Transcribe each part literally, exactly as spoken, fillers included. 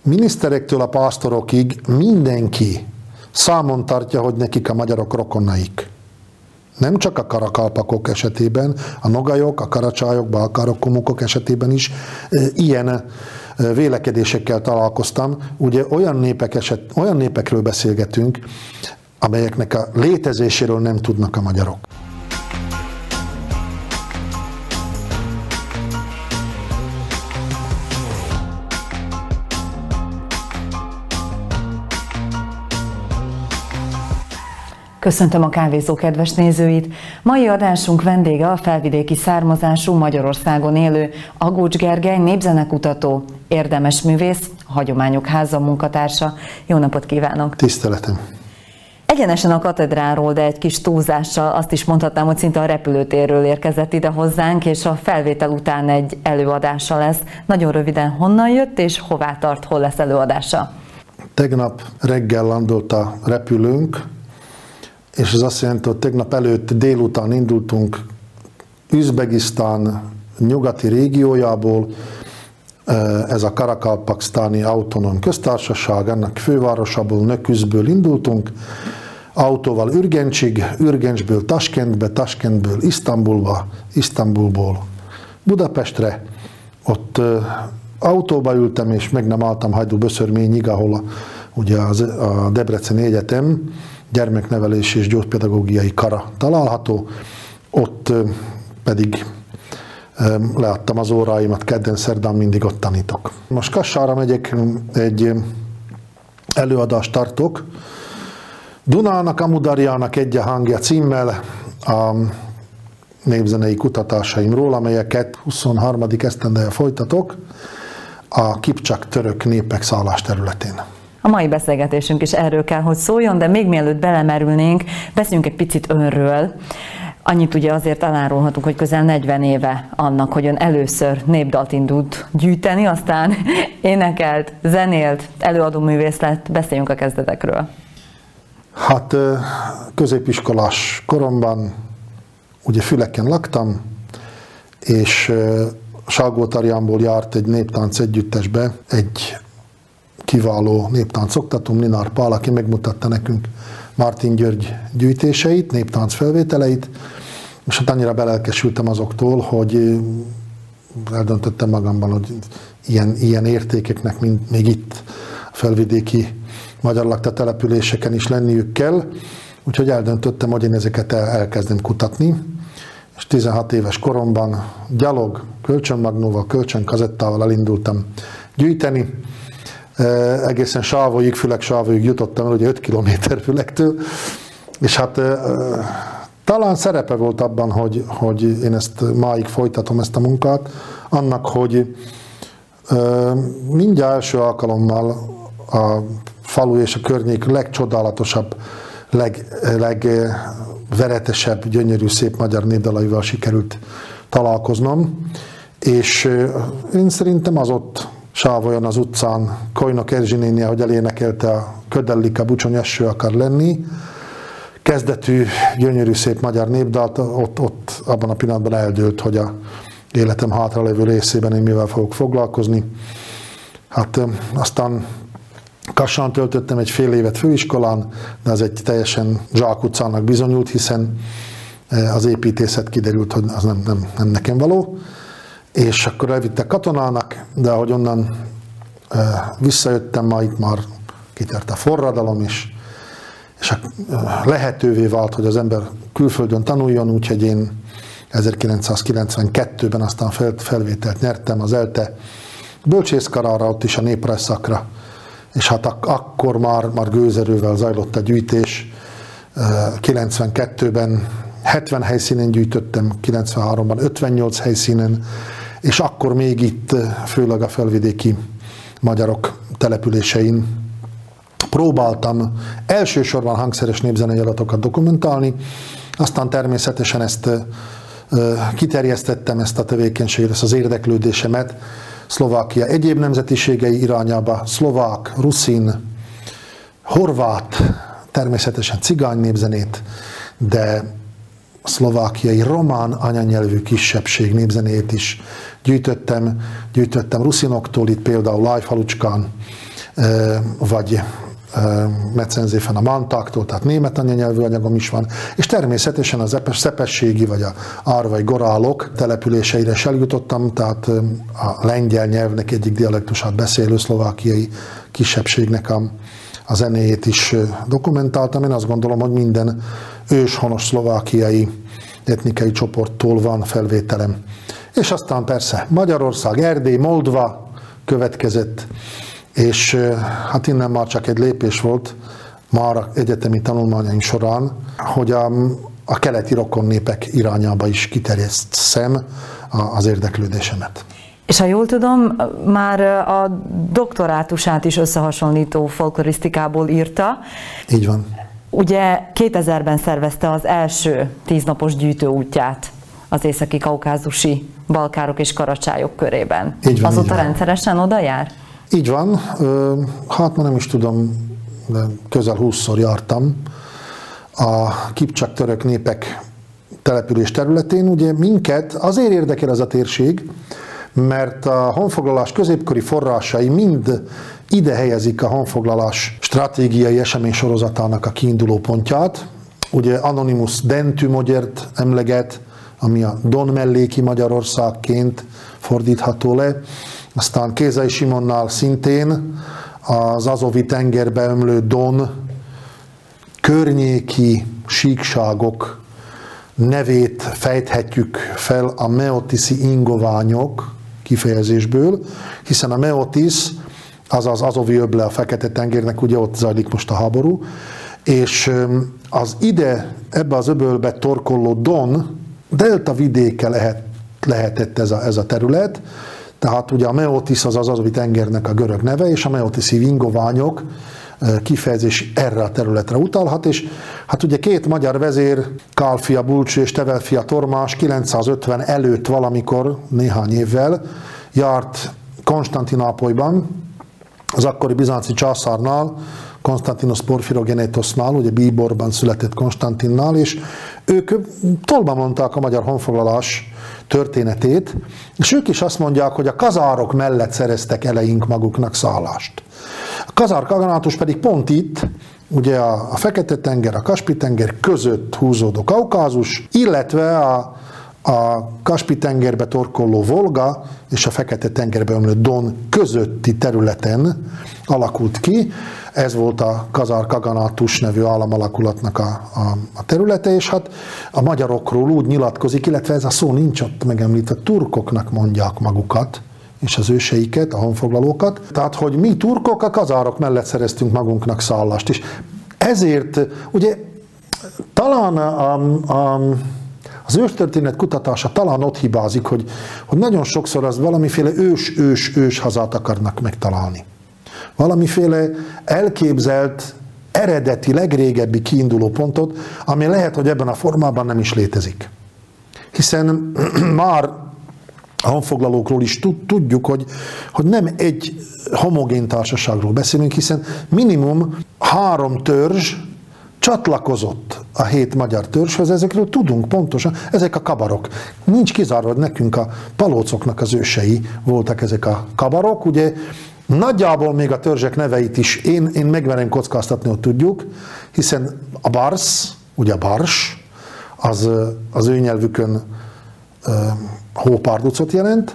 miniszterektől a pásztorokig mindenki számon tartja, hogy nekik a magyarok rokonaik. Nem csak a karakalpakok esetében, a nogajok, a karacsályok, balkárok, komukok esetében is ilyen vélekedésekkel találkoztam. Ugye olyan, népek eset, olyan népekről beszélgetünk, amelyeknek a létezéséről nem tudnak a magyarok. Köszöntöm a kávézó kedves nézőit! Mai adásunk vendége a felvidéki származású, Magyarországon élő Agócs Gergely, népzenekutató, érdemes művész, a Hagyományok Háza munkatársa. Jó napot kívánok! Tiszteletem! Egyenesen a katedráról, de egy kis túlzással azt is mondhatnám, hogy szinte a repülőtérről érkezett ide hozzánk, és a felvétel után egy előadása lesz. Nagyon röviden honnan jött és hová tart, hol lesz előadása? Tegnap reggel landolt a repülőnk, és ez azt jelenti, hogy tegnap előtt délután indultunk Üzbegisztán nyugati régiójából, ez a Karakalpaksztáni Autonóm Köztársaság, ennek fővárosából, Nöküzből indultunk, autóval Ürgencsig, Ürgencsből Taskentbe, Taskentből Isztambulba, Isztambulból Budapestre. Ott autóba ültem, és meg nem álltam Hajdú-Böszörményig, ahol ugye az, a Debreceni Egyetem gyermeknevelési és gyógypedagógiai kara található, ott pedig leadtam az óráimat, kedden, szerdán mindig ott tanítok. Most Kassára megyek, egy előadást tartok, Dunának, Amudarjának egy hangja címmel a népzenei kutatásaimról, amelyeket huszonharmadik esztendeje folytatok a kipcsak török népek szállásterületén. A mai beszélgetésünk is erről kell, hogy szóljon, de még mielőtt belemerülnénk, beszéljünk egy picit önről. Annyit ugye azért elárulhatunk, hogy közel negyven éve annak, hogy ön először népdalt indult gyűjteni, aztán énekelt, zenélt, előadóművész lett. Beszéljünk a kezdetekről. Hát középiskolás koromban ugye Füleken laktam, és Salgótarjánból járt egy néptánc együttesbe egy kiváló néptánc oktatóm, Linár Pál, aki megmutatta nekünk Martin György gyűjtéseit, néptánc felvételeit, és hát annyira belelkesültem azoktól, hogy eldöntöttem magamban, hogy ilyen, ilyen értékeknek, mint még itt a felvidéki magyar lakta településeken is lenniük kell, úgyhogy eldöntöttem, hogy én ezeket el, elkezdem kutatni, és tizenhat éves koromban gyalog, kölcsönmagnóval, kölcsönkazettával elindultam gyűjteni. Egészen Sávolyig, Fülek-Sávolyig jutottam el, ugye öt kilométer Fülektől, és hát talán szerepe volt abban, hogy, hogy én ezt máig folytatom, ezt a munkát, annak, hogy mindjárt első alkalommal a falu és a környék legcsodálatosabb, leg, legveretesebb, gyönyörű, szép magyar népdalaival sikerült találkoznom, és én szerintem az ott Sávolyon az utcán Kojnok Erzsi néni, ahogy elénekelte a Ködellika bucsony eső akar lenni, kezdetű, gyönyörű, szép magyar népdalt, ott, ott abban a pillanatban eldőlt, hogy a életem hátralévő részében én mivel fogok foglalkozni. Hát aztán Kassán töltöttem egy fél évet főiskolán, de az egy teljesen zsákutcának bizonyult, hiszen az építészet kiderült, hogy az nem, nem, nem nekem való. És akkor elvittek katonának, de ahogy onnan e, visszajöttem, ma itt már kitört a forradalom is, és a, e, lehetővé vált, hogy az ember külföldön tanuljon, úgyhogy én ezerkilencszázkilencvenkettőben aztán fel, felvételt nyertem az ELTE bölcsészkarára, ott is a néprajzszakra, és hát ak- akkor már, már gőzerővel zajlott a gyűjtés. E, kilencvenkettőben hetven helyszínen gyűjtöttem, kilencvenháromban ötvennyolc helyszínen, és akkor még itt, főleg a felvidéki magyarok településein próbáltam elsősorban hangszeres népzenei adatokat dokumentálni, aztán természetesen ezt kiterjesztettem, ezt a tevékenységet, ezt az érdeklődésemet Szlovákia egyéb nemzetiségei irányába, szlovák, ruszin, horvát, természetesen cigány népzenét, de szlovákiai román anyanyelvű kisebbség népzenét is gyűjtöttem, gyűjtöttem ruszinoktól, itt például Lajfalucskán, vagy Metzenséfen a Mantaktól, tehát német anyanyelvű anyagom is van, és természetesen az szepességi vagy a árvai gorálok településeire is eljutottam, tehát a lengyel nyelvnek egyik dialektusát beszélő szlovákiai kisebbségnek a, a zenéjét is dokumentáltam. Én azt gondolom, hogy minden őshonos szlovákiai etnikai csoporttól van felvételem. És aztán persze Magyarország, Erdély, Moldva következett, és hát innen már csak egy lépés volt már a egyetemi tanulmányaim során, hogy a, a keleti rokon népek irányába is kiterjesszem az érdeklődésemet. És ha jól tudom, már a doktorátusát is összehasonlító folklorisztikából írta. Így van. Ugye kétezerben szervezte az első tíznapos gyűjtőútját az északi-kaukázusi balkárok és karacsályok körében. Így van, Azóta így van. rendszeresen oda jár? Így van, hát ma nem is tudom, de közel húszszor jártam a kipcsak török népek település területén. Ugye minket azért érdekel ez a térség, mert a honfoglalás középkori forrásai mind ide helyezik a honfoglalás stratégiai esemény sorozatának a kiinduló pontját. Ugye Anonymus Dentű Magyert emleget, ami a Don melléki Magyarországként fordítható le. Aztán Kézai Simonnál szintén az Azovi tengerbe ömlő Don környéki síkságok nevét fejthetjük fel a meotiszi ingoványok kifejezésből, hiszen a Meotis, az az Azovi öble a Fekete-tengernek, ugye ott zajlik most a háború, és az ide, ebbe az öbölbe torkolló Don, delta vidéke lehet, lehetett ez a, ez a terület, tehát ugye a Meotis az az Azovi tengernek a görög neve, és a meotiszi ingoványok kifejezés erre a területre utalhat, és hát ugye két magyar vezér, Kálfia Bulcsú és Tevelfia Tormás kilencszázötven előtt valamikor, néhány évvel járt Konstantinápolyban, az akkori bizánci császárnál, Konstantinos Porfirogenetosnál, ugye Bíborban született Konstantinnál, és ők tolba mondták a magyar honfoglalás történetét, és ők is azt mondják, hogy a kazárok mellett szereztek eleink maguknak szállást. A kazár kaganátus pedig pont itt, ugye a, a Fekete-tenger, a Kaspi-tenger között húzódó Kaukázus, illetve a, a Kaspi-tengerbe torkolló Volga és a Fekete-tengerbe ömlő Don közötti területen alakult ki. Ez volt a Kazár Kaganátus nevű államalakulatnak a, a, a területe, és hát a magyarokról úgy nyilatkozik, illetve ez a szó nincs ott megemlítve, turkoknak mondják magukat, és az őseiket, a honfoglalókat. Tehát, hogy mi turkok a kazárok mellett szereztünk magunknak szállást. És ezért, ugye, talán a, a, az őstörténet kutatása talán ott hibázik, hogy, hogy nagyon sokszor az valamiféle ős-ős-ős hazát akarnak megtalálni. Valamiféle elképzelt, eredeti, legrégebbi kiinduló pontot, ami lehet, hogy ebben a formában nem is létezik. Hiszen már a honfoglalókról is tudjuk, hogy, hogy nem egy homogén társaságról beszélünk, hiszen minimum három törzs csatlakozott a hét magyar törzshöz, ezekről tudunk pontosan, ezek a kabarok. Nincs kizárva, hogy nekünk a palócoknak az ősei voltak ezek a kabarok, ugye nagyjából még a törzsek neveit is én, én megmerem kockáztatni, hogy tudjuk, hiszen a barsz, ugye a bars, az, az ő nyelvükön uh, hópárducot jelent,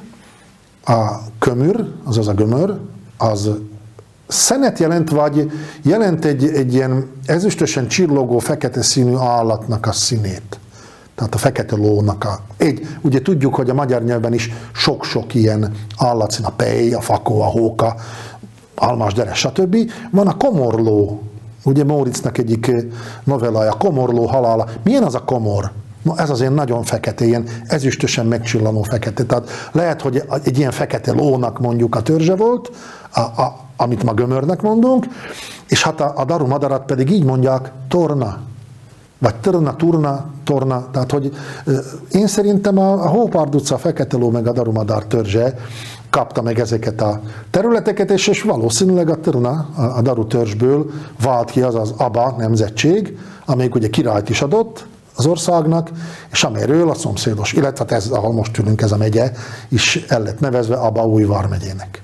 a kömür, azaz a gömör, az szenet jelent, vagy jelent egy, egy ilyen ezüstösen csillogó fekete színű állatnak a színét. Tehát a fekete lónak a... Egy, ugye tudjuk, hogy a magyar nyelven is sok-sok ilyen állatszín, a pej, a fakó, a hóka, almásderes, stb. Van a komorló, ugye Móricznak egyik novellája, komorló halála. Milyen az a komor? No, ez azért nagyon fekete, ilyen ezüstösen megcsillanó fekete. Tehát lehet, hogy egy ilyen fekete lónak mondjuk a törzse volt, a, a, amit ma gömörnek mondunk, és hát a, a daru madarat pedig így mondják, torna. Vagy törna, turna, torna. Tehát, hogy én szerintem a, a hópárduca, a fekete ló meg a darumadár törzse kapta meg ezeket a területeket, és, és valószínűleg a törna, a, a daru törzsből vált ki az az Aba nemzetség, amelyik ugye királyt is adott az országnak, és amelyről a szomszédos, illetve ez, ahol most ülünk, ez a megye is el lett nevezve Aba Újvár megyének.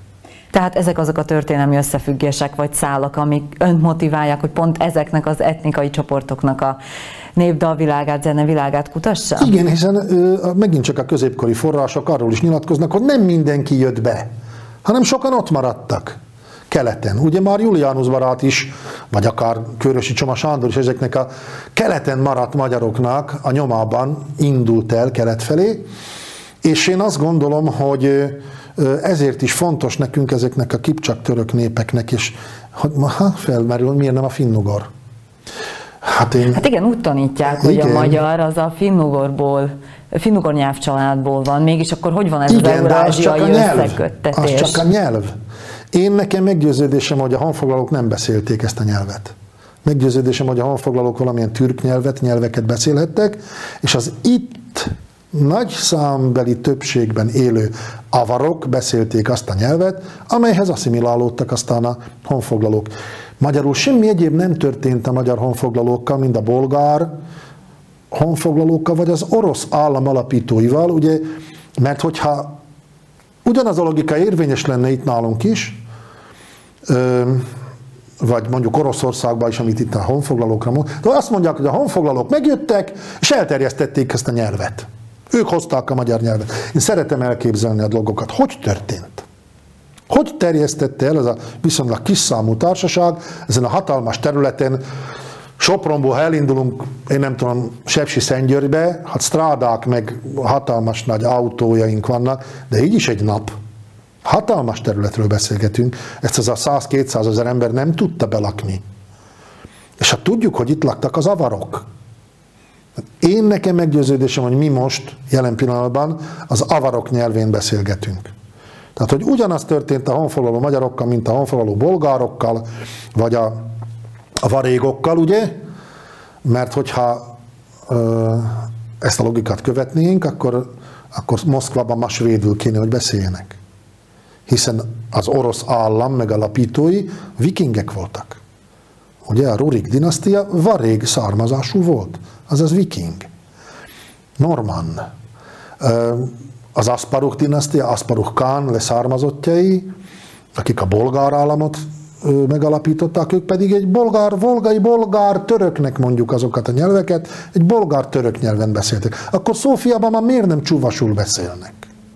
Tehát ezek azok a történelmi összefüggések vagy szálak, amik önt motiválják, hogy pont ezeknek az etnikai csoportoknak a népdalvilágát, zenevilágát kutassa? Igen, hiszen ö, megint csak a középkori források arról is nyilatkoznak, hogy nem mindenki jött be, hanem sokan ott maradtak keleten. Ugye már Julianus barát is, vagy akár Körösi Csoma Sándor is ezeknek a keleten maradt magyaroknak a nyomában indult el kelet felé, és én azt gondolom, hogy ezért is fontos nekünk ezeknek a kipcsak török népeknek, és hogy ma felmerül, hogy miért nem a finnugor. Hát, én... hát igen, úgy tanítják, igen, hogy a magyar az a finnugorból, finnugor nyelvcsaládból van, mégis akkor hogy van ez igen, az eurázsiai összeköttetés? Az csak a nyelv. Én nekem meggyőződésem, hogy a honfoglalók nem beszélték ezt a nyelvet. Meggyőződésem, hogy a honfoglalók valamilyen türk nyelvet, nyelveket beszélhettek, és az itt nagy számbeli többségben élő avarok beszélték azt a nyelvet, amelyhez asszimilálódtak aztán a honfoglalók. Magyarul semmi egyéb nem történt a magyar honfoglalókkal, mint a bolgár honfoglalókkal, vagy az orosz állam alapítóival, ugye, mert hogyha ugyanaz a logika érvényes lenne itt nálunk is, vagy mondjuk Oroszországban is, amit itt a honfoglalókra mond, de azt mondják, hogy a honfoglalók megjöttek, és elterjesztették ezt a nyelvet. Ők hozták a magyar nyelvet. Én szeretem elképzelni a dolgokat. Hogy történt? Hogy terjesztette el ez a viszonylag kis számú társaság ezen a hatalmas területen? Sopronból, ha elindulunk, én nem tudom, Sepsiszentgyörgybe, hát strádák meg hatalmas nagy autójaink vannak, de így is egy nap. Hatalmas területről beszélgetünk, ezt az a száz-kétszáz ezer ember nem tudta belakni. És hát tudjuk, hogy itt laktak az avarok. Én nekem meggyőződésem, hogy mi most, jelen pillanatban az avarok nyelvén beszélgetünk. Tehát, hogy ugyanaz történt a honfoglaló magyarokkal, mint a honfoglaló bolgárokkal, vagy a, a varégokkal, ugye? Mert hogyha ö, ezt a logikát követnénk, akkor, akkor Moszkvában ma svédül kéne, hogy beszéljenek. Hiszen az orosz állam megalapítói vikingek voltak. Ugye a Rurik dinasztia varég származású volt, azaz viking. Normann. Az Asparuh dinasztia, Asparuh Kán leszármazottjai, akik a bolgár államot megalapították, ők pedig egy bolgár, volgai bolgár töröknek mondjuk azokat a nyelveket, egy bolgár török nyelven beszéltek. Akkor Szófiában már miért nem csuvasul beszélnek?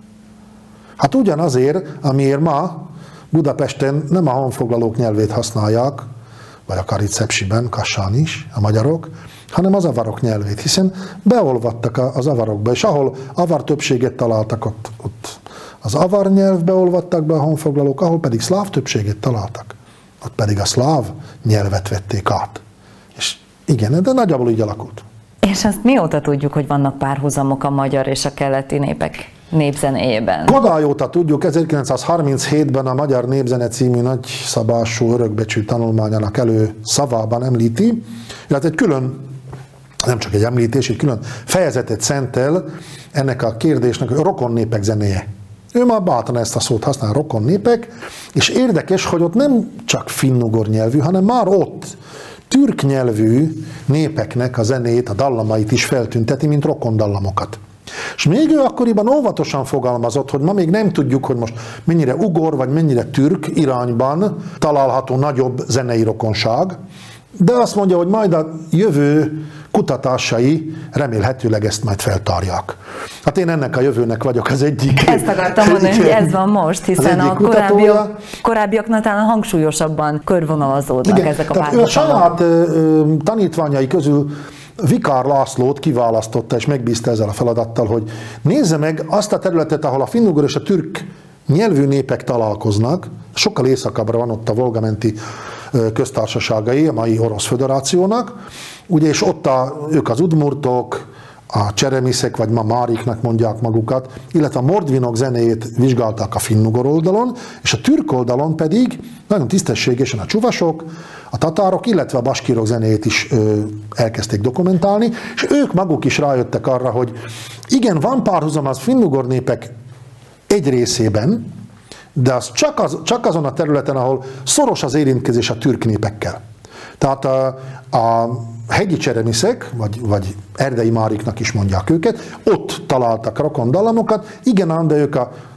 Hát ugyanazért, amiért ma Budapesten nem a honfoglalók nyelvét használják, vagy akár itt Szepsiben, Kassán is, a magyarok, hanem az avarok nyelvét, hiszen beolvadtak az avarokba, és ahol avar többséget találtak, ott, ott az avar nyelvbe olvadtak be a honfoglalók, ahol pedig szláv többséget találtak, ott pedig a szláv nyelvet vették át. És igen, de nagyjából így alakult. És azt mióta tudjuk, hogy vannak párhuzamok a magyar és a keleti népek népzenéjében? Kodály óta tudjuk, ezerkilencszázharminchétben a Magyar Népzene című nagyszabású örökbecsű tanulmányának elő szavában említi, illetve egy külön, nem csak egy említés, egy külön fejezetet szentel ennek a kérdésnek, hogy a rokon népek zenéje. Ő már bátran ezt a szót használ, rokon népek, és érdekes, hogy ott nem csak finnugor nyelvű, hanem már ott türk nyelvű népeknek a zenét, a dallamait is feltünteti, mint rokon dallamokat. És még ő akkoriban óvatosan fogalmazott, hogy ma még nem tudjuk, hogy most mennyire ugor, vagy mennyire türk irányban található nagyobb zenei rokonság, de azt mondja, hogy majd a jövő kutatásai remélhetőleg ezt majd feltárják. Hát én ennek a jövőnek vagyok az egyik. Ezt akartam mondani, hogy ez van most, hiszen a korábbiak, korábbiaknál talán hangsúlyosabban körvonalazódnak igen, ezek a párhuzamok. A saját tanítványai közül Vikár Lászlót kiválasztotta és megbízta ezzel a feladattal, hogy nézze meg azt a területet, ahol a finnugor és a türk nyelvű népek találkoznak, sokkal északabbra van ott a Volga-menti köztársaságai, a mai Orosz Föderációnak, ugye, és ott a, ők az udmurtok, a cseremiszek, vagy ma máriknak mondják magukat, illetve a mordvinok zenéjét vizsgálták a finnugor oldalon, és a türk oldalon pedig nagyon tisztességesen a csuvasok, a tatárok, illetve a baskírok zenéjét is ö, elkezdték dokumentálni, és ők maguk is rájöttek arra, hogy igen, van párhuzam az finnugor népek egy részében, de az csak, az csak azon a területen, ahol szoros az érintkezés a türk népekkel. Tehát a, a hegyi cseremiszek, vagy, vagy erdei máriknak is mondják őket, ott találtak rokon dallamokat, igen ám, de ők a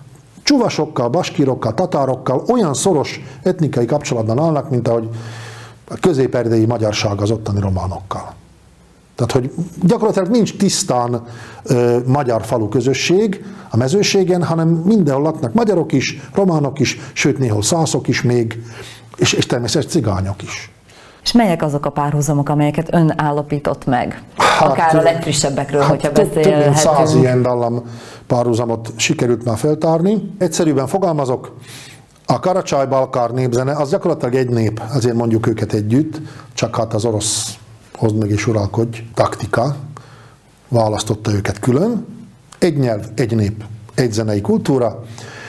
csuvasokkal, baskírokkal, tatárokkal olyan szoros etnikai kapcsolatban állnak, mint ahogy a közép-erdélyi magyarság az ottani románokkal. Tehát, hogy gyakorlatilag nincs tisztán ö, magyar falu közösség a mezőségen, hanem mindenhol laknak magyarok is, románok is, sőt néhol szászok is még, és, és természetesen cigányok is. És melyek azok a párhuzamok, amelyeket ön állapított meg? Hát, akár a legfrissebbekről, hát hogyha több, beszélhetünk. több mint száz ilyen dallam párhuzamot sikerült már feltárni. Egyszerűen fogalmazok, a Karacsály-Balkár népzene, az gyakorlatilag egy nép, azért mondjuk őket együtt, csak hát az orosz hozd meg és uralkodj taktika választotta őket külön. Egy nyelv, egy nép, egy zenei kultúra.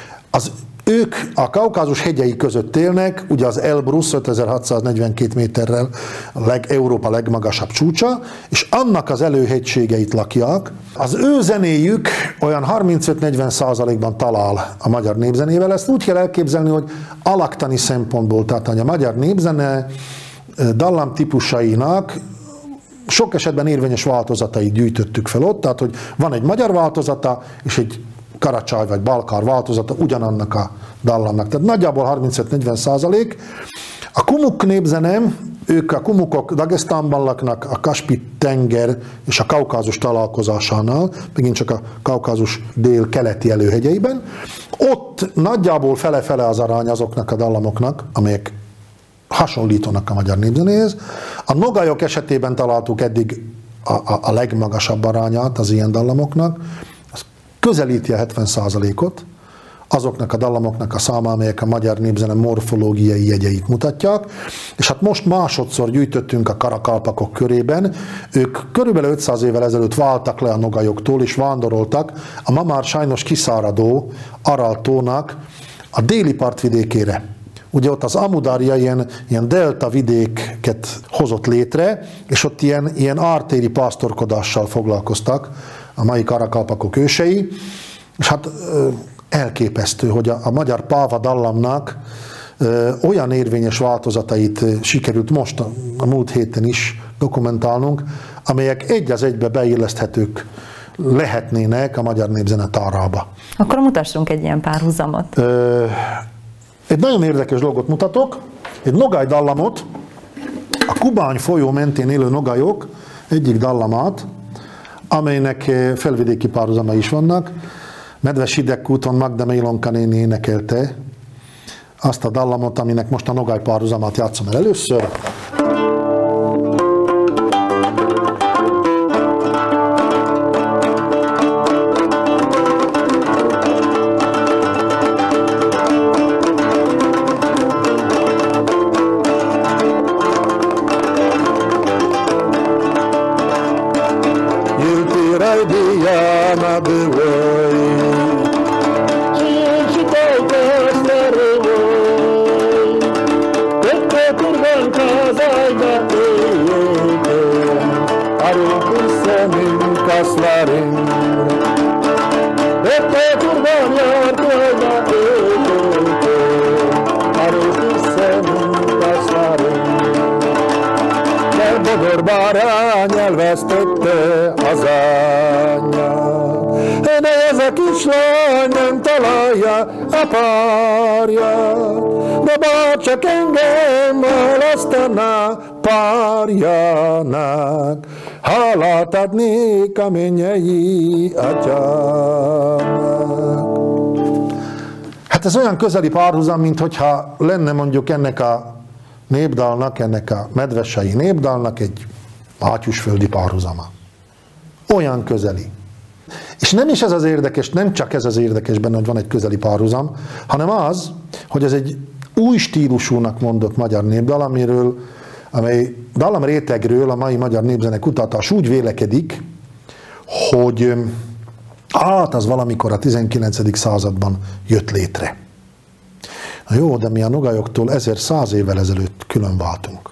Az ők a Kaukázus hegyei között élnek, ugye az Elbrus ötezer-hatszáznegyvenkét méterrel a leg, Európa legmagasabb csúcsa, és annak az előhegységeit lakják. Az ő zenéjük olyan harmincöt-negyven százalékban talál a magyar népzenével. Ezt úgy kell elképzelni, hogy alaktani szempontból, tehát a magyar népzene dallam típusainak sok esetben érvényes változatait gyűjtöttük fel ott, tehát hogy van egy magyar változata, és egy Karacsály vagy Balkár változata ugyanannak a dallamnak. Tehát nagyjából harmincöt-negyven százalék. A kumuk népzene, ők a kumukok Dagesztánban laknak, a Kaspi-tenger és a Kaukázus találkozásánál, megint csak a Kaukázus dél-keleti előhegyeiben. Ott nagyjából fele-fele az arány azoknak a dallamoknak, amelyek hasonlítanak a magyar népzenéhez. A nogajok esetében találtuk eddig a, a, a legmagasabb arányát az ilyen dallamoknak, az közelíti a hetven százalékot azoknak a dallamoknak a száma, amelyek a magyar népzene morfológiai jegyeit mutatják, és hát most másodszor gyűjtöttünk a karakalpakok körében, ők körülbelül ötszáz évvel ezelőtt váltak le a nogajoktól, és vándoroltak a ma már sajnos kiszáradó Aral-tónak a déli partvidékére. Ugye ott az Amudarja ilyen, ilyen delta vidéket hozott létre, és ott ilyen, ilyen ártéri pásztorkodással foglalkoztak a mai karakalpakok ősei, és hát elképesztő, hogy a, a magyar páva dallamnak ö, olyan érvényes változatait sikerült most a, a múlt héten is dokumentálnunk, amelyek egy az egybe beilleszthetők lehetnének a magyar népzene tárába. Akkor mutassunk egy ilyen párhuzamot. Ö, Egy nagyon érdekes dolgot mutatok, egy nogály dallamot, a Kubány folyó mentén élő nogajok egyik dallamát, amelynek felvidéki párhuzamai is vannak. Medves Hidegkúton Magda Mélonka néni énekelte azt a dallamot, aminek most a nogály párhuzamát játszom el először. Bárány elvesztette az anyját, de ez a kislány nem találja a párját, de bárcsak engem választaná párjának, hálát adnék a mennyei atyának. Hát ez olyan közeli párhuzam, mint hogyha lenne mondjuk ennek a népdalnak, ennek a medvesei népdalnak egy mátyusföldi párhuzama. Olyan közeli. És nem is ez az érdekes, nem csak ez az érdekes benne, hogy van egy közeli párhuzam, hanem az, hogy ez egy új stílusúnak mondott magyar népdal, amiről, amely dallam rétegről a mai magyar népzene kutatás úgy vélekedik, hogy hát az valamikor a tizenkilencedik században jött létre. Na jó, de mi a nogajoktól ezerszáz évvel ezelőtt külön váltunk.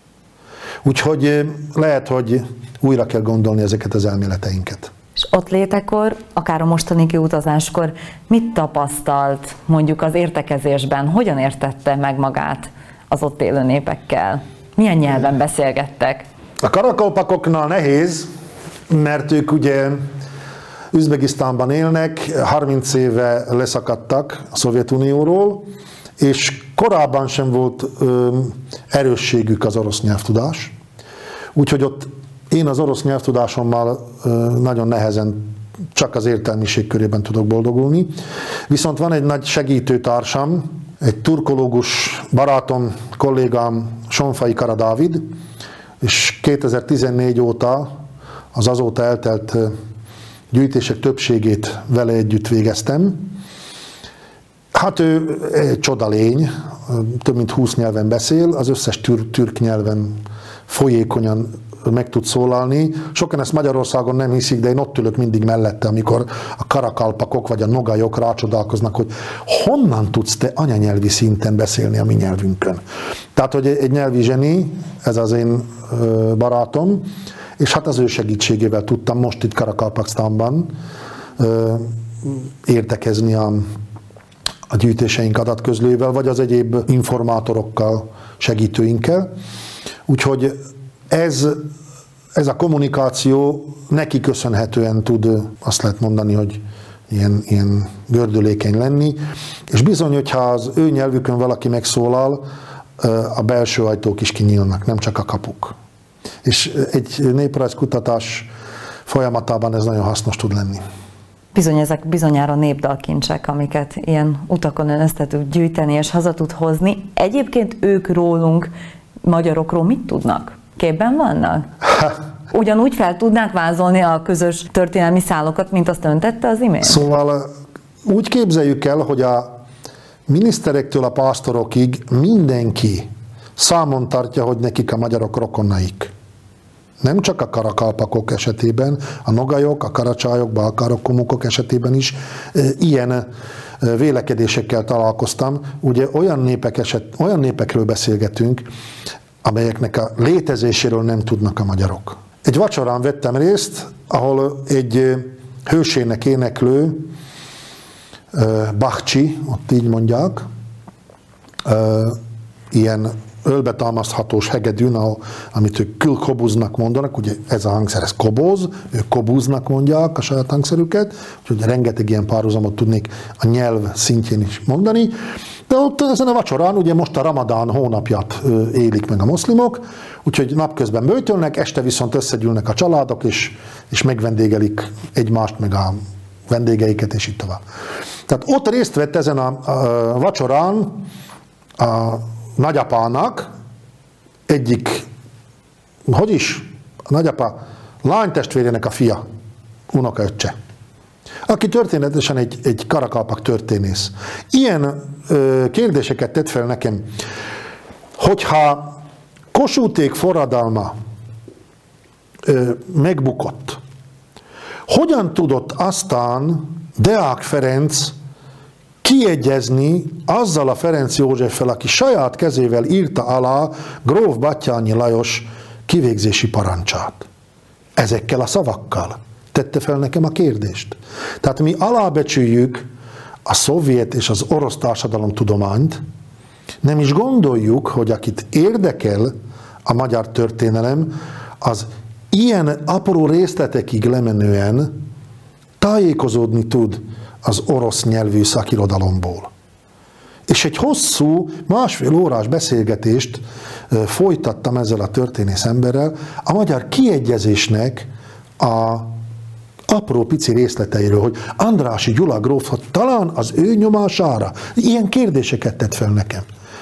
Úgyhogy lehet, hogy újra kell gondolni ezeket az elméleteinket. És ott létekor, akár a mostani kiutazáskor mit tapasztalt mondjuk az értekezésben? Hogyan értette meg magát az ott élő népekkel? Milyen nyelven beszélgettek? A karakalpakoknál nehéz, mert ők ugye Üzbegisztánban élnek, harminc éve leszakadtak a Szovjetunióról, és korábban sem volt ö, erősségük az orosz nyelvtudás. Úgyhogy ott én az orosz nyelvtudásommal ö, nagyon nehezen csak az értelmiség körében tudok boldogulni. Viszont van egy nagy segítőtársam, egy turkológus barátom, kollégám, Sonfai Kara Dávid, és kétezer-tizennégy óta, az azóta eltelt gyűjtések többségét vele együtt végeztem. Hát ő egy csodalény, több mint húsz nyelven beszél, az összes tür- türk nyelven folyékonyan meg tud szólalni. Sokan ezt Magyarországon nem hiszik, de én ott ülök mindig mellette, amikor a karakalpakok vagy a nogajok rácsodálkoznak, hogy honnan tudsz te anyanyelvi szinten beszélni a mi nyelvünkön. Tehát, hogy egy nyelvi zseni, ez az én barátom, és hát az ő segítségével tudtam most itt Karakalpaksztánban értekezni a, a gyűjtéseink adatközlőivel, vagy az egyéb informátorokkal, segítőinkkel. Úgyhogy ez, ez a kommunikáció neki köszönhetően tud, azt lehet mondani, hogy ilyen, ilyen gördülékeny lenni, és bizony, hogyha az ő nyelvükön valaki megszólal, a belső ajtók is kinyílnak, nem csak a kapuk. És egy néprajzkutatás folyamatában ez nagyon hasznos tud lenni. Bizony, ezek bizonyára népdalkincsek, amiket ilyen utakon ön össze tud gyűjteni és haza tud hozni. Egyébként ők rólunk, magyarokról mit tudnak? Képben vannak? Ugyanúgy fel tudnák vázolni a közös történelmi szálokat, mint azt ön tette az imént? Szóval úgy képzeljük el, hogy a miniszterektől a pásztorokig mindenki számon tartja, hogy nekik a magyarok rokonaik. Nem csak a karakalpakok esetében, a nogajok, a karacsályok, balkárok, komukok esetében is ilyen vélekedésekkel találkoztam. Ugye olyan, népek eset, olyan népekről beszélgetünk, amelyeknek a létezéséről nem tudnak a magyarok. Egy vacsorán vettem részt, ahol egy hősének éneklő, Bachcsi, ott így mondják, ilyen ölbetámaszthatós hegedűn, amit ők külkobuznak mondanak, ugye ez a hangszer, ez koboz, ők kobuznak mondják a saját hangszerüket, úgyhogy rengeteg ilyen párhuzamot tudnék a nyelv szintjén is mondani. De ott ezen a vacsorán, ugye most a Ramadán hónapját élik meg a moszlimok, úgyhogy napközben böjtölnek, este viszont összegyűlnek a családok, és, és megvendégelik egymást, meg a vendégeiket, és így tovább. Tehát ott részt vett ezen a, a vacsorán a nagyapának egyik, hogy is, a nagyapa lánytestvérének a fia, unokaöccse, aki történetesen egy, egy karakalpak történész. Ilyen ö, kérdéseket tett fel nekem, hogyha Kossuth-ék forradalma ö, megbukott, hogyan tudott aztán Deák Ferenc kiegyezni azzal a Ferenc Józseffel, aki saját kezével írta alá gróf Batthyány Lajos kivégzési parancsát? Ezekkel a szavakkal tette fel nekem a kérdést. Tehát mi alábecsüljük a szovjet és az orosz társadalomtudományt, nem is gondoljuk, hogy akit érdekel a magyar történelem, az ilyen apró részletekig lemenően tájékozódni tud az orosz nyelvű szakirodalomból. És egy hosszú, másfél órás beszélgetést folytattam ezzel a történész emberrel a magyar kiegyezésnek a apró pici részleteiről, hogy Andrássy Gyula gróf, talán az ő nyomására ilyen kérdéseket tett fel nekem.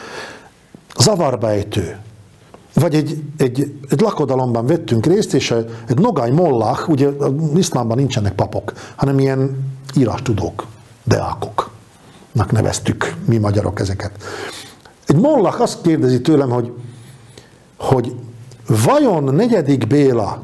Zavarba ejtő. Vagy egy, egy, egy lakodalomban vettünk részt, és egy nogály mollák, ugye iszlámban nincsenek papok, hanem ilyen írástudók, deákoknak neveztük mi magyarok ezeket. Egy mollák azt kérdezi tőlem, hogy, hogy vajon negyedik Béla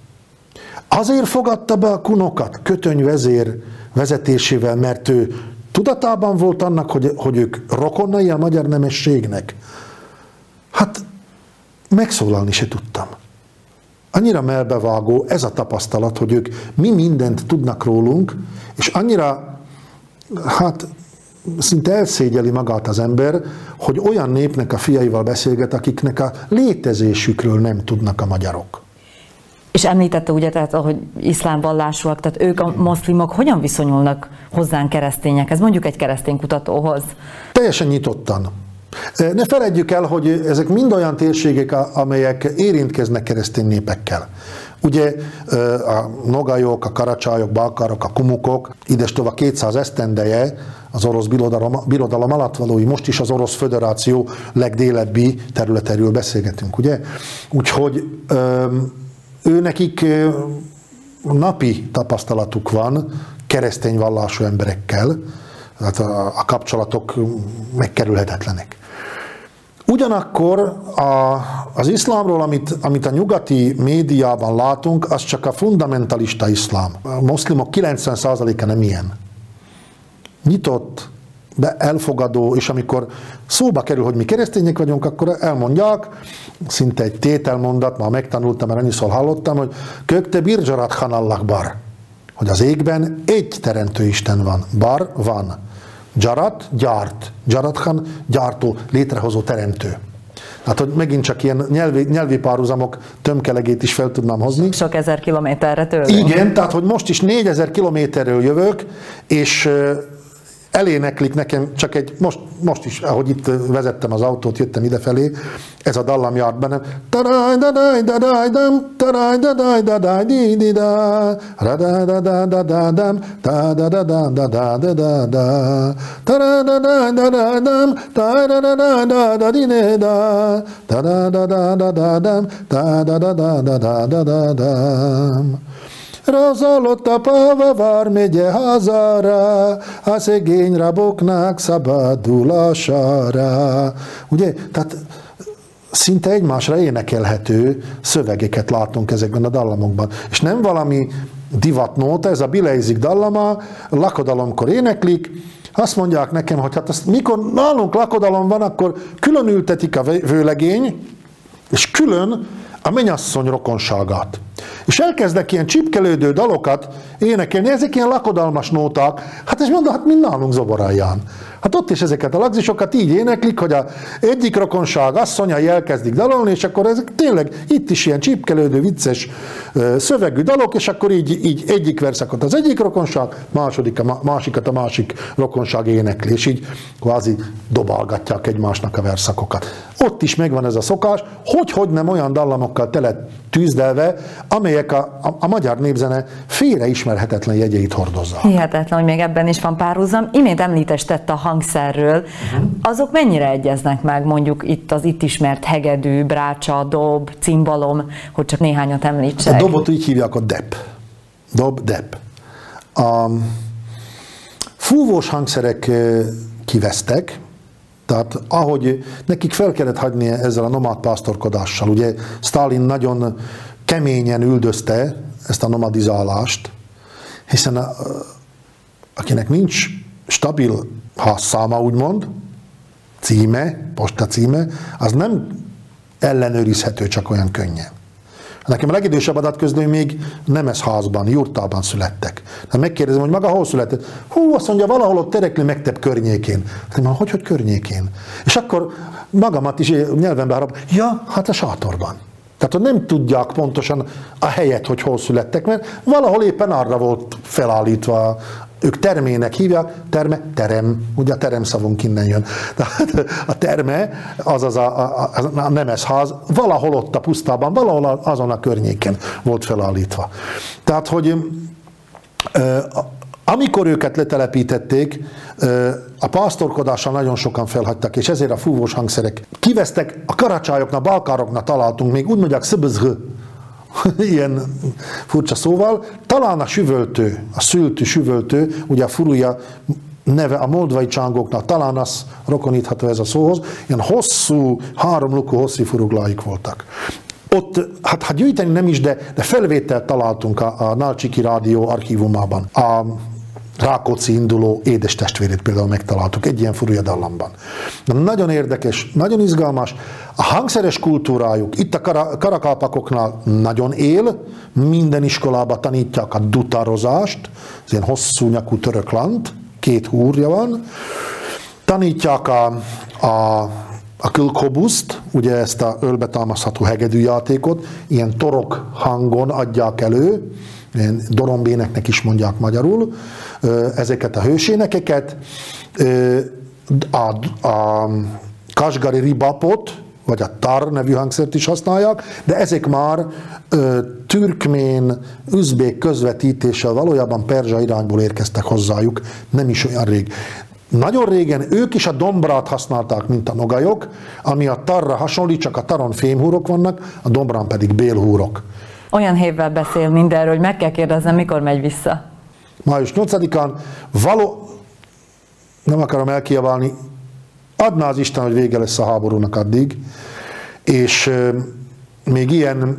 azért fogadta be a kunokat Kötöny vezér vezetésével, mert ő tudatában volt annak, hogy, hogy ők rokonai a magyar nemességnek? Hát megszólalni se tudtam. Annyira melbevágó ez a tapasztalat, hogy ők mi mindent tudnak rólunk, és annyira, hát szinte elszégyeli magát az ember, hogy olyan népnek a fiaival beszélget, akiknek a létezésükről nem tudnak a magyarok. És említette ugye, tehát, ahogy iszlám vallásúak, tehát ők a moszlimok hogyan viszonyulnak hozzánk keresztényekhez, mondjuk egy keresztény kutatóhoz? Teljesen nyitottan. Ne feledjük el, hogy ezek mind olyan térségek, amelyek érintkeznek keresztény népekkel. Ugye a nogajok, a karacsályok, balkarok, a kumukok, idestova kétszáz esztendeje az orosz birodalom, birodalom alatt valói, most is az Orosz Föderáció legdélebbi területéről beszélgetünk, ugye? Úgyhogy ő nekik napi tapasztalatuk van keresztény vallású emberekkel, tehát a, a kapcsolatok megkerülhetetlenek. Ugyanakkor a, az iszlámról, amit, amit a nyugati médiában látunk, az csak a fundamentalista iszlám. A moszlimok kilencven százaléka nem ilyen. Nyitott, be elfogadó, és amikor szóba kerül, hogy mi keresztények vagyunk, akkor elmondják, szinte egy tételmondat, már megtanultam, mert annyiszor hallottam, hogy kökte birjarat khan Allah bar, hogy az égben egy teremtő Isten van, bar van. Jarat, gyárt. Jarat Khan, gyártó, létrehozó teremtő. Hát, hogy megint csak ilyen nyelvi, nyelvi párhuzamok tömkelegét is fel tudnám hozni. Sok ezer kilométerre tőlünk. Igen, tehát, hogy most is négyezer kilométerről jövök, és eléneklik nekem csak egy, most, most is, ahogy itt vezettem az autót, jöttem idefelé, ez a dallam járt bennem. Taraj dadaj dadaj dam, taraj dadaj dadaj di di da, radaj dadaj dadaj dam, ta da da da da da da da da, taraj dadaj dadaj dam, ta da da da da da di di da, ta da da da da da dam, ta da da da da da da da dam. Rozalott a Pava vármegye hazára, a szegény raboknak szabadulására. Ugye, tehát szinte egymásra énekelhető szövegeket látunk ezekben a dallamokban. És nem valami divatnóta, ez a Bileizik dallama, lakodalomkor éneklik, azt mondják nekem, hogy hát azt, mikor nálunk lakodalom van, akkor külön ültetik a vőlegény, és külön a mennyasszony rokonságát. És elkezdek ilyen csipkelődő dalokat énekelni, ezek ilyen lakodalmas nóták, hát és mondom, hát mind nálunk zoboráján. Hát ott is ezeket a lagzisokat így éneklik, hogy a egyik rokonság asszonyai elkezdik dalolni, és akkor ezek tényleg itt is ilyen csipkelődő, vicces szövegű dalok, és akkor így, így egyik verszakot az egyik rokonság, második a másikat a másik rokonság énekli, és így kvázi dobálgatják egymásnak a verszakokat. Ott is megvan ez a szokás, hogy-hogy nem olyan dallamokkal tele tűzdelve, amelyek a, a, a magyar népzene félreismerhetetlen jegyeit hordozzák. Hihetetlen, hogy még ebben is van párhuzam. Imént említést tett a hangszerről. Uh-huh. Azok mennyire egyeznek meg, mondjuk itt az itt ismert hegedű, brácsa, dob, cimbalom, hogy csak néhányat említsek? A dobot így hívják, a dep. Dob, dep. A fúvós hangszerek kivesztek, tehát ahogy nekik fel kellett hagyni ezzel a nomád pásztorkodással. Ugye Sztálin nagyon keményen üldözte ezt a nomadizálást, hiszen a, akinek nincs stabil házszáma, úgymond, címe, posta címe, az nem ellenőrizhető csak olyan könnyen. Nekem a legidősebb adatközlőim még Nemeszházban, jurtában születtek. Hát megkérdezem, hogy maga hol született? Hú, azt mondja, valahol ott Terekli Mekteb környékén. Hát mondom, hogy, hogy környékén? És akkor magamat is nyelvembe harap, ja, hát a sátorban. Tehát, hogy nem tudják pontosan a helyet, hogy hol születtek, mert valahol éppen arra volt felállítva. Ők termének hívják, terme, terem, ugye a terem szavunk innen jön. Tehát a terme, azaz a, a, a Nemeszház, valahol ott a pusztában, valahol azon a környéken volt felállítva. Tehát, hogy amikor őket letelepítették, a pásztorkodással nagyon sokan felhagytak, és ezért a fúvós hangszerek kivesztek, a karacsályoknak, balkároknak találtunk, még úgy mondják, szöbözgö, ilyen furcsa szóval, talán a süvöltő, a szültű süvöltő, ugye a furuja neve a moldvai csángóknak, talán az rokonítható ez a szóhoz, ilyen hosszú, háromlukú hosszú furugláik voltak. Ott, hát, hát gyűjteni nem is, de, de felvételt találtunk a, a Nalcsiki Rádió archívumában. A Rákóczi induló édes testvérét például megtaláltuk egy ilyen furuja dallamban. Nagyon érdekes, nagyon izgalmas. A hangszeres kultúrájuk itt a karakalpakoknál nagyon él, minden iskolában tanítják a dutarozást, ez ilyen hosszú nyakú török lant, két húrja van. Tanítják a, a a Kölkobuszt, ugye ezt a ölbe támasztható hegedűjátékot, ilyen torok hangon adják elő, ilyen dorombéneknek is mondják magyarul, ezeket a hősénekeket, a, a kasgari ribapot, vagy a tar nevű hangszert is használják, de ezek már ö, türkmén, üzbék közvetítéssel valójában perzsa irányból érkeztek hozzájuk, nem is olyan rég. Nagyon régen ők is a dombrát használták, mint a nogajok, ami a tarra hasonlít, csak a taron fémhúrok vannak, a dombrán pedig bélhúrok. Olyan hévvel beszél mindenről, hogy meg kell kérdeznem, mikor megy vissza. május nyolcadikán való, nem akarom elkiabálni, adná az Isten, hogy vége lesz a háborúnak addig, és euh, még ilyen,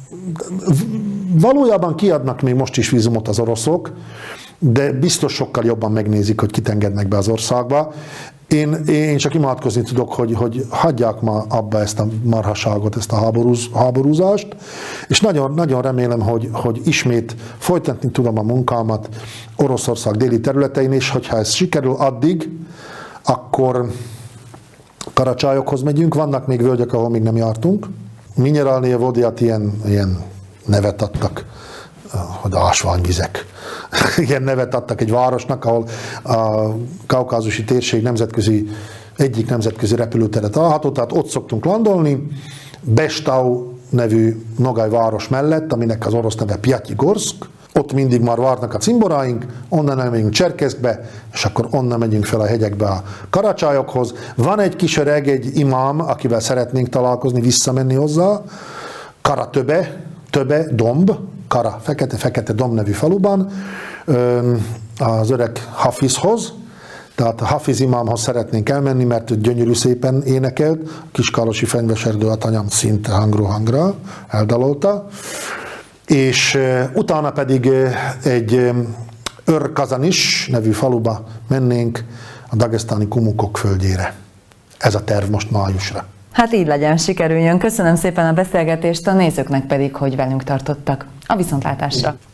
valójában kiadnak még most is vízumot az oroszok, de biztos sokkal jobban megnézik, hogy kit engednek be az országba. Én, én csak imádkozni tudok, hogy, hogy hagyják ma abba ezt a marhaságot, ezt a háborúz, háborúzást, és nagyon, nagyon remélem, hogy, hogy ismét folytatni tudom a munkámat Oroszország déli területein, és hogyha ez sikerül addig, akkor Karacsályokhoz megyünk, vannak még völgyek, ahol még nem jártunk. Minerálnél Vodiat ilyen, ilyen nevet adtak, hogy ásványvizek. Ilyen nevet adtak egy városnak, ahol a kaukázusi térség nemzetközi, egyik nemzetközi repülőtere található, tehát ott szoktunk landolni, Bestau nevű Nogaj város mellett, aminek az orosz neve Pyatigorsk. Ott mindig már várnak a cimboráink, onnan elmegyünk Cserkeszkbe, és akkor onnan megyünk fel a hegyekbe a Karacsályokhoz. Van egy kis öreg, egy imám, akivel szeretnénk találkozni, visszamenni hozzá, Kara Töbe, Töbe, Domb, Kara, fekete-fekete Domb nevű faluban, az öreg Hafizhoz, tehát a Hafiz imámhoz szeretnénk elmenni, mert ő gyönyörű szépen énekelt, a Kiskálosi Fenyveserdő a tanyám szinte hangról hangra eldalolta, és utána pedig egy Örkazanis nevű faluba mennénk a dagesztáni kumukok földjére. Ez a terv most májusra. Hát így legyen, sikerüljön. Köszönöm szépen a beszélgetést, a nézőknek pedig, hogy velünk tartottak. A viszontlátásra!